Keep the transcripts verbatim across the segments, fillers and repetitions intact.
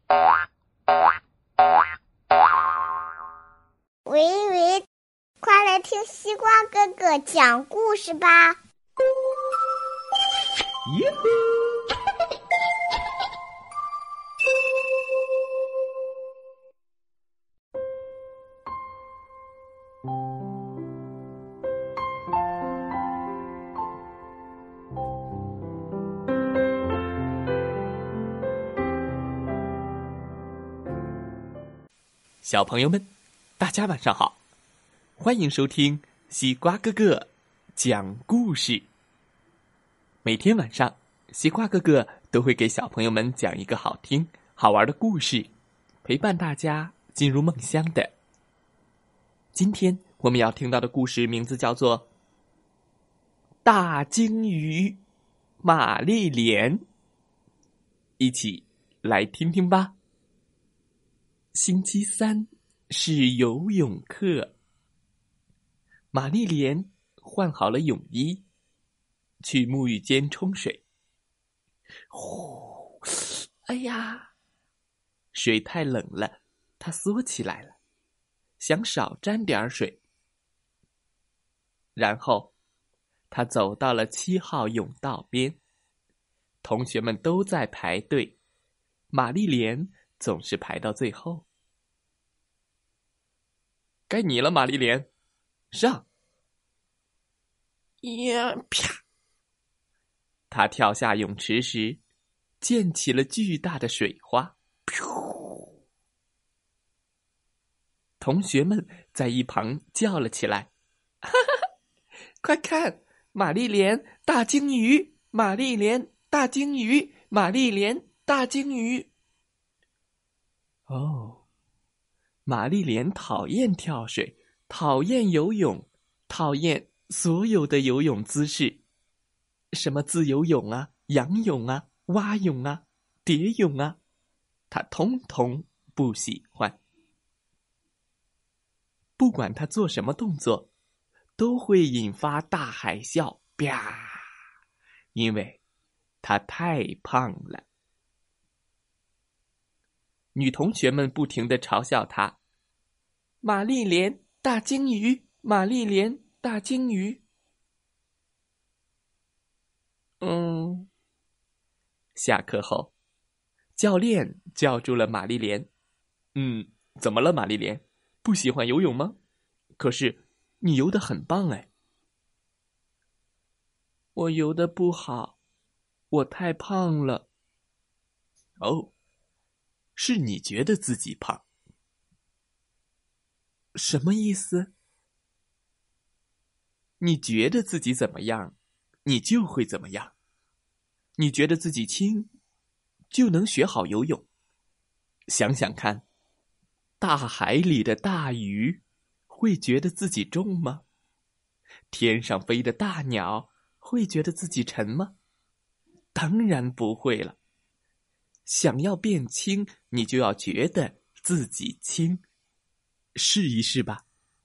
喂喂，快来听西瓜哥哥讲故事吧！ 耶！小朋友们，大家晚上好，欢迎收听西瓜哥哥讲故事。每天晚上，西瓜哥哥都会给小朋友们讲一个好听好玩的故事，陪伴大家进入梦乡的。今天我们要听到的故事名字叫做《大鲸鱼玛丽莲》，一起来听听吧。星期三是游泳课，玛丽莲换好了泳衣，去沐浴间冲水。呼，哎呀，水太冷了，她缩起来了，想少沾点水。然后，她走到了七号泳道边，同学们都在排队，玛丽莲总是排到最后。该你了，玛丽莲，上！呀，啪！他跳下泳池时，溅起了巨大的水花。噗！同学们在一旁叫了起来：“哈哈，快看，玛丽莲大鲸鱼！玛丽莲大鲸鱼！玛丽莲大鲸鱼！”哦。玛丽莲讨厌跳水，讨厌游泳，讨厌所有的游泳姿势，什么自由泳啊、仰泳啊、蛙泳啊、蝶泳啊，她通通不喜欢。不管她做什么动作，都会引发大海啸，啪！因为她太胖了。女同学们不停地嘲笑她：“玛丽莲大鲸鱼，玛丽莲大鲸鱼。”嗯，下课后，教练叫住了玛丽莲。嗯，怎么了，玛丽莲？不喜欢游泳吗？可是你游得很棒哎。我游得不好，我太胖了。哦。是你觉得自己胖。什么意思？你觉得自己怎么样，你就会怎么样。你觉得自己轻，就能学好游泳。想想看，大海里的大鱼会觉得自己重吗？天上飞的大鸟会觉得自己沉吗？当然不会了。想要变轻，你就要觉得自己轻，试一试吧。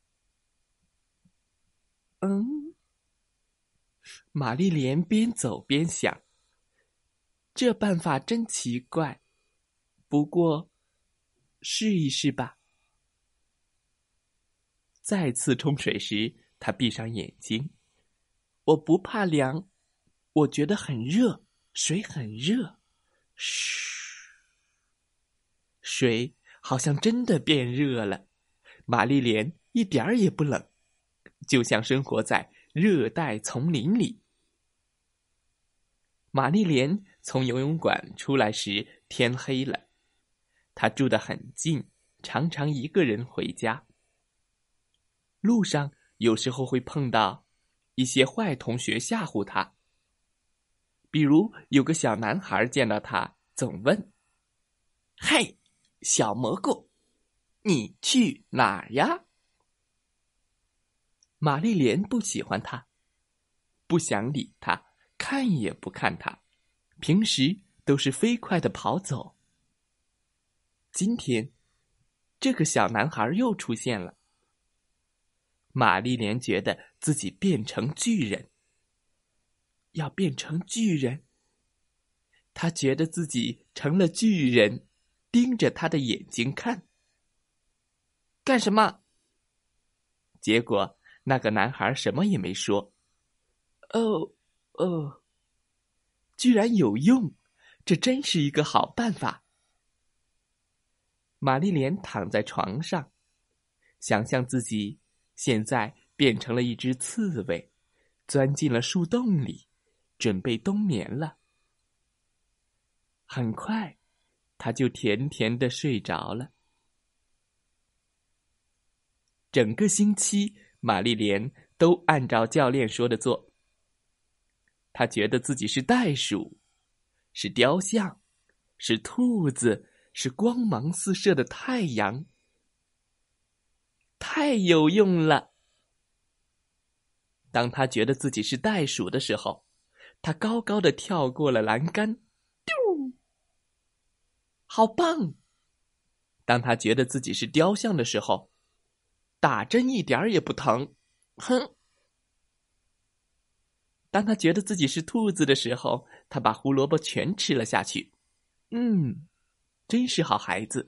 嗯，玛丽莲边走边想，这办法真奇怪，不过试一试吧。再次冲水时，她闭上眼睛。我不怕凉，我觉得很热，水很热。嘘。水好像真的变热了，玛丽莲一点儿也不冷，就像生活在热带丛林里。玛丽莲从游泳馆出来时，天黑了。她住得很近，常常一个人回家。路上有时候会碰到一些坏同学吓唬她，比如有个小男孩见到她，总问：“嘿！小蘑菇，你去哪儿呀？”玛丽莲不喜欢他，不想理他，看也不看他，平时都是飞快地跑走。今天，这个小男孩又出现了。玛丽莲觉得自己变成巨人，要变成巨人，她觉得自己成了巨人。 盯着他的眼睛看。干什么？结果那个男孩什么也没说。哦哦，居然有用，这真是一个好办法。玛丽莲躺在床上，想象自己现在变成了一只刺猬，钻进了树洞里，准备冬眠了。很快，她就甜甜地睡着了。整个星期，玛丽莲都按照教练说的做。她觉得自己是袋鼠，是雕像，是兔子，是光芒四射的太阳。太有用了！当她觉得自己是袋鼠的时候，她高高的跳过了栏杆，丢，好棒！当她觉得自己是雕像的时候，打针一点儿也不疼，哼！当他觉得自己是兔子的时候，他把胡萝卜全吃了下去。嗯，真是好孩子。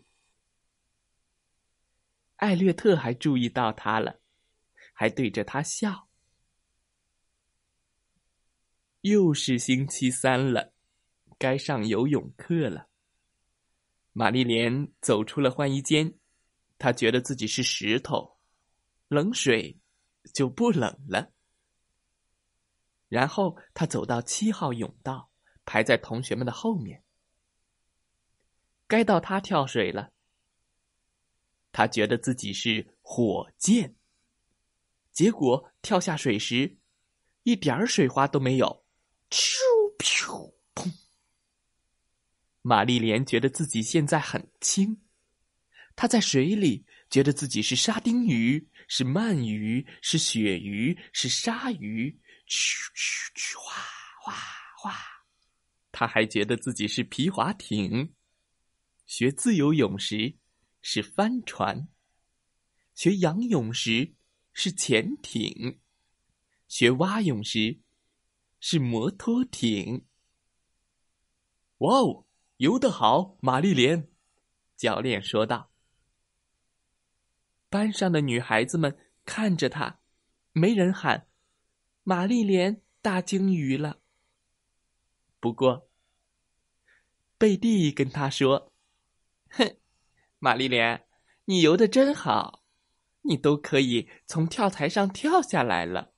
艾略特还注意到他了，还对着他笑。又是星期三了，该上游泳课了。玛丽莲走出了换衣间，她觉得自己是石头，冷水就不冷了。然后他走到七号泳道，排在同学们的后面。该到他跳水了。他觉得自己是火箭，结果跳下水时，一点儿水花都没有。咻咻砰！玛丽莲觉得自己现在很轻。她在水里觉得自己是沙丁鱼，是鳗鱼，是鳕鱼，是鲨鱼。咻咻咻，哗哗哗！他还觉得自己是皮划艇，学自由泳时是帆船，学仰泳时是潜艇，学蛙泳时是摩托艇。哇哦，游得好，玛丽莲！教练说道。班上的女孩子们看着她，没人喊玛丽莲大鲸鱼了。不过，贝蒂跟他说：“哼，玛丽莲，你游得真好，你都可以从跳台上跳下来了。”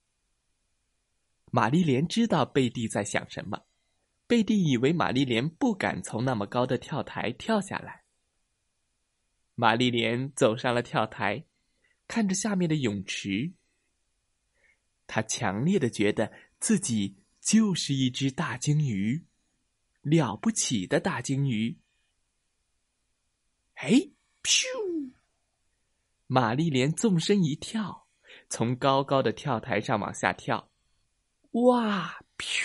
玛丽莲知道贝蒂在想什么，贝蒂以为玛丽莲不敢从那么高的跳台跳下来。玛丽莲走上了跳台，看着下面的泳池。她强烈的觉得自己就是一只大鲸鱼，了不起的大鲸鱼。哎，咻！玛丽莲纵身一跳，从高高的跳台上往下跳。哇，咻！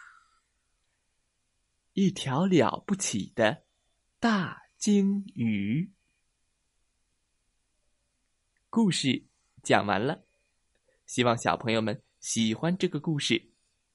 一条了不起的大鲸鱼。故事讲完了，希望小朋友们喜欢这个故事。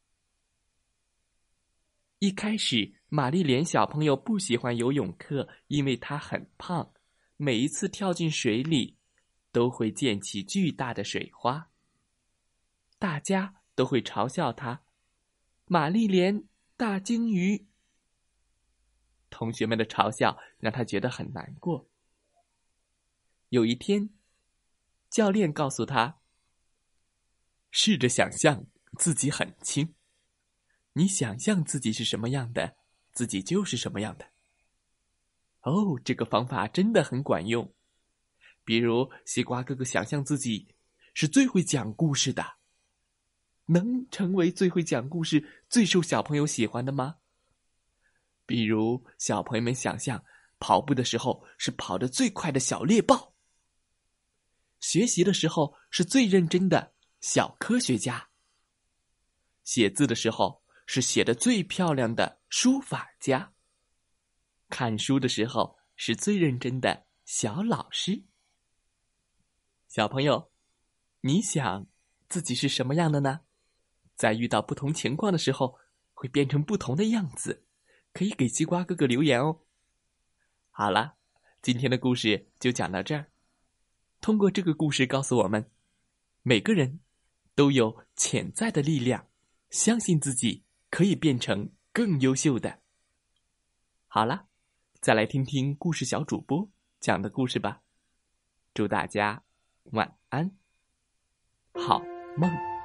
一开始，玛丽莲小朋友不喜欢游泳课，因为她很胖，每一次跳进水里都会溅起巨大的水花。大家都会嘲笑她，玛丽莲大鲸鱼。同学们的嘲笑让她觉得很难过。有一天，教练告诉她，试着想象自己很轻，你想象自己是什么样的，自己就是什么样的。哦，这个方法真的很管用。比如西瓜哥哥想象自己是最会讲故事的，能成为最会讲故事、最受小朋友喜欢的吗？比如小朋友们想象跑步的时候是跑得最快的小猎豹，学习的时候是最认真的小科学家，写字的时候是写得最漂亮的书法家，看书的时候是最认真的小老师。小朋友，你想自己是什么样的呢？在遇到不同情况的时候，会变成不同的样子，可以给西瓜哥哥留言哦。 好了，今天的故事就讲到这儿。通过这个故事告诉我们，每个人都有潜在的力量，相信自己可以变成更优秀的。好了，再来听听故事小主播讲的故事吧。祝大家晚安，好梦。